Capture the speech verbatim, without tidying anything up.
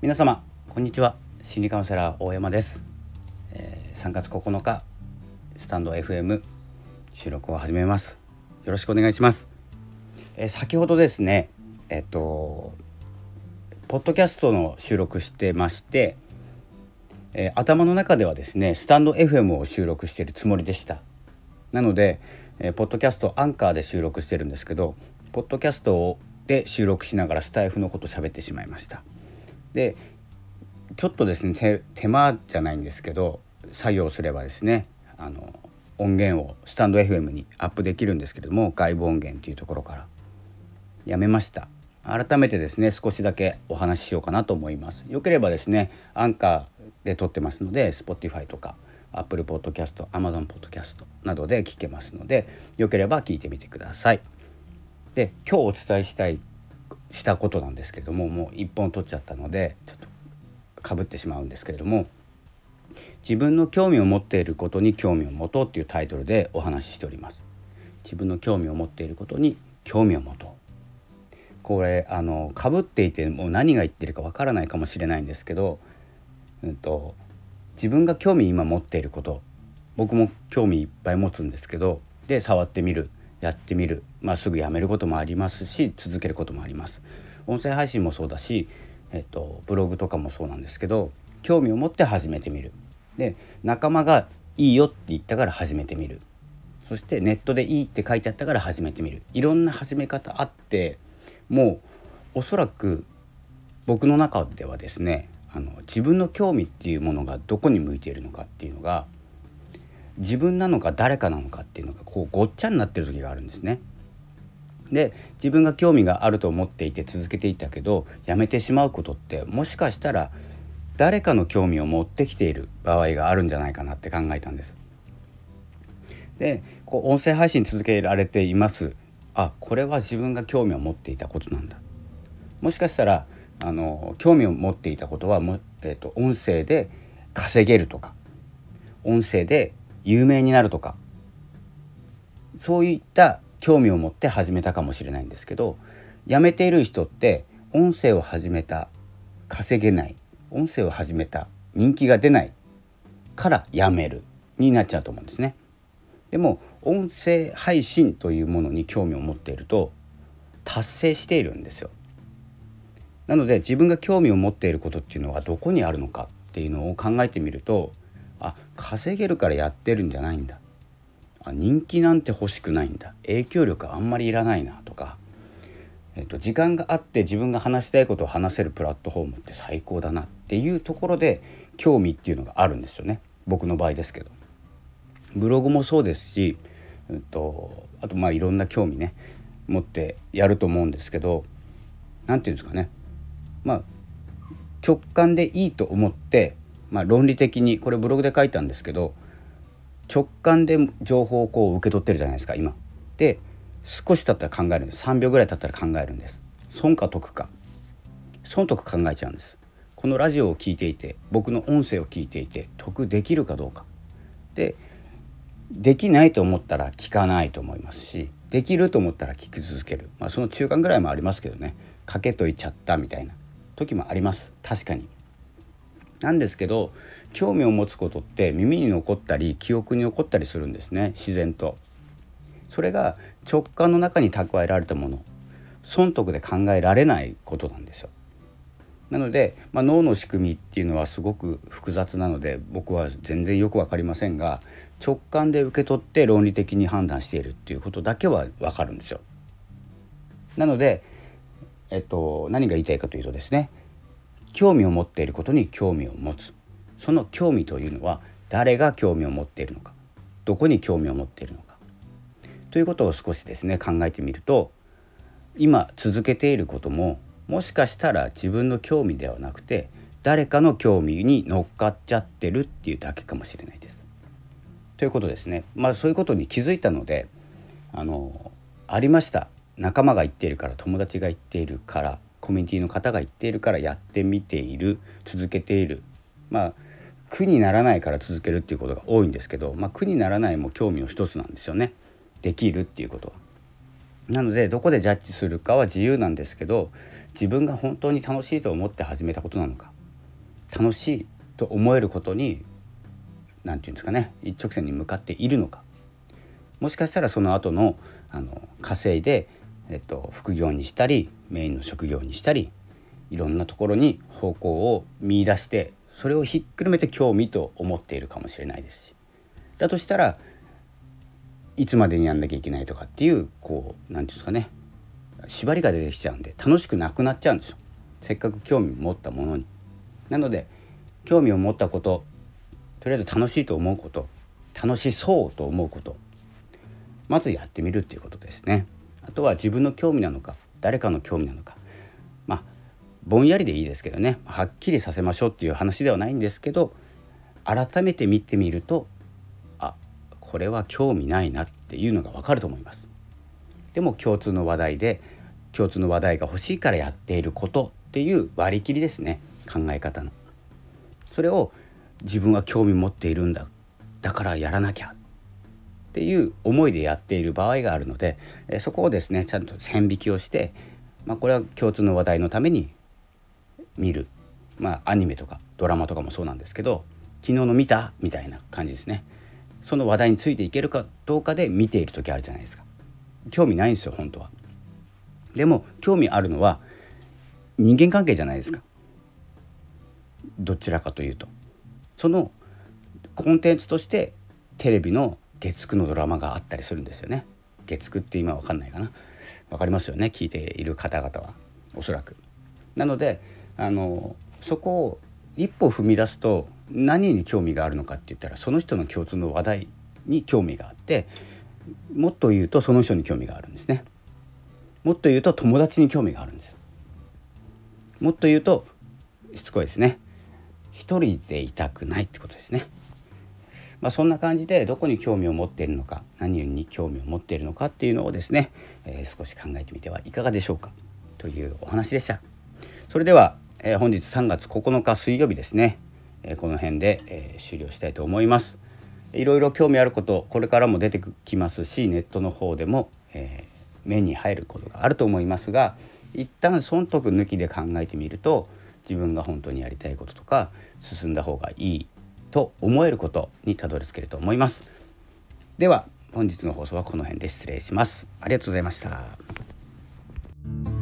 皆様こんにちは。心理カウンセラー大山です。えー、さんがつここのかスタンド エフエム 収録を始めます。よろしくお願いします。えー、先ほどですねえっとポッドキャストの収録してまして、えー、頭の中ではですねスタンド エフエム を収録しているつもりでした。なので、えー、ポッドキャストアンカーで収録してるんですけど、ポッドキャストで収録しながらスタイフのこと喋ってしまいました。でちょっとですね 手, 手間じゃないんですけど、作業すればですねあの音源をスタンド エフエム にアップできるんですけれども、外部音源というところからやめました。改めてですね少しだけお話ししようかなと思います。よければですねアンカーで撮ってますので Spotify とか Apple Podcast、Amazon Podcast などで聞けますので、よければ聞いてみてください。で今日お伝えしたいしたことなんですけれども、もう一本取っちゃったのでちょっとかぶってしまうんですけれども、自分の興味を持っていることに興味を持とうというタイトルでお話ししております。自分の興味を持っていることに興味を持とう。これあのかぶっていてもう何が言ってるかわからないかもしれないんですけど、うんと、自分が興味今持っていること、僕も興味いっぱい持つんですけど、で触ってみる、やってみる、まあ、すぐやめることもありますし続けることもあります。音声配信もそうだし、えっと、ブログとかもそうなんですけど、興味を持って始めてみる。で仲間がいいよって言ったから始めてみる。そしてネットでいいって書いてあったから始めてみる。いろんな始め方あって、もうおそらく僕の中ではですねあの自分の興味っていうものがどこに向いているのかっていうのが、自分なのか誰かなのかっていうのがこうごっちゃになってる時があるんですね。で自分が興味があると思っていて続けていたけどやめてしまうことって、もしかしたら誰かの興味を持ってきている場合があるんじゃないかなって考えたんです。でこう音声配信続けられています。あ、これは自分が興味を持っていたことなんだ。もしかしたらあの興味を持っていたことはも、えーと、音声で稼げるとか、音声で有名になるとか、そういった興味を持って始めたかもしれないんですけど、やめている人って音声を始めた、稼げない、音声を始めた、人気が出ないからやめるになっちゃうと思うんですね。でも音声配信というものに興味を持っていると達成しているんですよ。なので自分が興味を持っていることっていうのはどこにあるのかっていうのを考えてみると、あ、稼げるからやってるんじゃないんだ、あ、人気なんて欲しくないんだ、影響力あんまりいらないなとか、えっと、時間があって自分が話したいことを話せるプラットフォームって最高だなっていうところで興味っていうのがあるんですよね。僕の場合ですけど、ブログもそうですし、えっと、あとまあいろんな興味ね持ってやると思うんですけど、なんていうんですかね、まあ直感でいいと思って、まあ、論理的にこれブログで書いたんですけど、直感で情報をこう受け取ってるじゃないですか今。で少し経ったら考えるんです。さんびょうぐらい経ったら考えるんです。損か得か、損得考えちゃうんです。このラジオを聞いていて、僕の音声を聞いていて得できるかどうかで、できないと思ったら聞かないと思いますし、できると思ったら聞き続ける、まあ、その中間ぐらいもありますけどね、かけといちゃったみたいな時もあります。確かに。なんですけど興味を持つことって耳に残ったり記憶に残ったりするんですね、自然と。それが直感の中に蓄えられたもの、損得で考えられないことなんですよ。なので、まあ、脳の仕組みっていうのはすごく複雑なので僕は全然よく分かりませんが、直感で受け取って論理的に判断しているっていうことだけは分かるんですよ。なので、えっと、何が言いたいかというとですね、興味を持っていることに興味を持つ。その興味というのは誰が興味を持っているのか、どこに興味を持っているのかということを少しですね考えてみると、今続けていることももしかしたら自分の興味ではなくて誰かの興味に乗っかっちゃってるっていうだけかもしれないです。ということですね。まあそういうことに気づいたので、あのありました。仲間が言っているから、友達が言っているから、コミュニティの方が言っているからやってみている、続けている。まあ苦にならないから続けるっていうことが多いんですけど、まあ苦にならないも興味の一つなんですよね。できるっていうことは。なのでどこでジャッジするかは自由なんですけど、自分が本当に楽しいと思って始めたことなのか、 楽しいと思えることに何て言うんですかね、一直線に向かっているのか、もしかしたらその後のあの稼いで、えっと、副業にしたりメインの職業にしたり、いろんなところに方向を見出してそれをひっくるめて興味と思っているかもしれないですし、だとしたらいつまでにやんなきゃいけないとかっていうこう何て言うんですかね、縛りが出てきちゃうんで楽しくなくなっちゃうんですよ、せっかく興味を持ったものに。なので興味を持ったこと、とりあえず楽しいと思うこと、楽しそうと思うこと、まずやってみるっていうことですね。あとは自分の興味なのか誰かの興味なのか、まあぼんやりでいいですけどね、はっきりさせましょうっていう話ではないんですけど、改めて見てみると、あ、これは興味ないなっていうのが分かると思います。でも共通の話題で共通の話題が欲しいからやっていることっていう割り切りですね、考え方の。それを自分は興味持っているんだ、だからやらなきゃっていう思いでやっている場合があるので、えそこをですねちゃんと線引きをして、まあ、これは共通の話題のために見る、まあアニメとかドラマとかもそうなんですけど、昨日の見たみたいな感じですね。その話題についていけるかどうかで見ている時あるじゃないですか。興味ないんですよ本当は。でも興味あるのは人間関係じゃないですか、どちらかというと。そのコンテンツとしてテレビの月くのドラマがあったりするんですよね。月くって今わかんないかな、わかりますよね、聞いている方々はおそらく。なのであのそこを一歩踏み出すと何に興味があるのかって言ったら、その人の共通の話題に興味があって、もっと言うとその人に興味があるんですね。もっと言うと友達に興味があるんですよ。もっと言うとしつこいですね、一人でいたくないってことですね。まあ、そんな感じでどこに興味を持っているのか、何に興味を持っているのかっていうのをですね、えー、少し考えてみてはいかがでしょうかというお話でした。それでは、えー、本日さんがつここのか水曜日ですね、えー、この辺で、えー、終了したいと思います。いろいろ興味あることこれからも出てきますし、ネットの方でも、えー、目に入ることがあると思いますが、一旦損得抜きで考えてみると、自分が本当にやりたいこととか進んだ方がいいと思えることにたどり着けると思います。では本日の放送はこの辺で失礼します。ありがとうございました。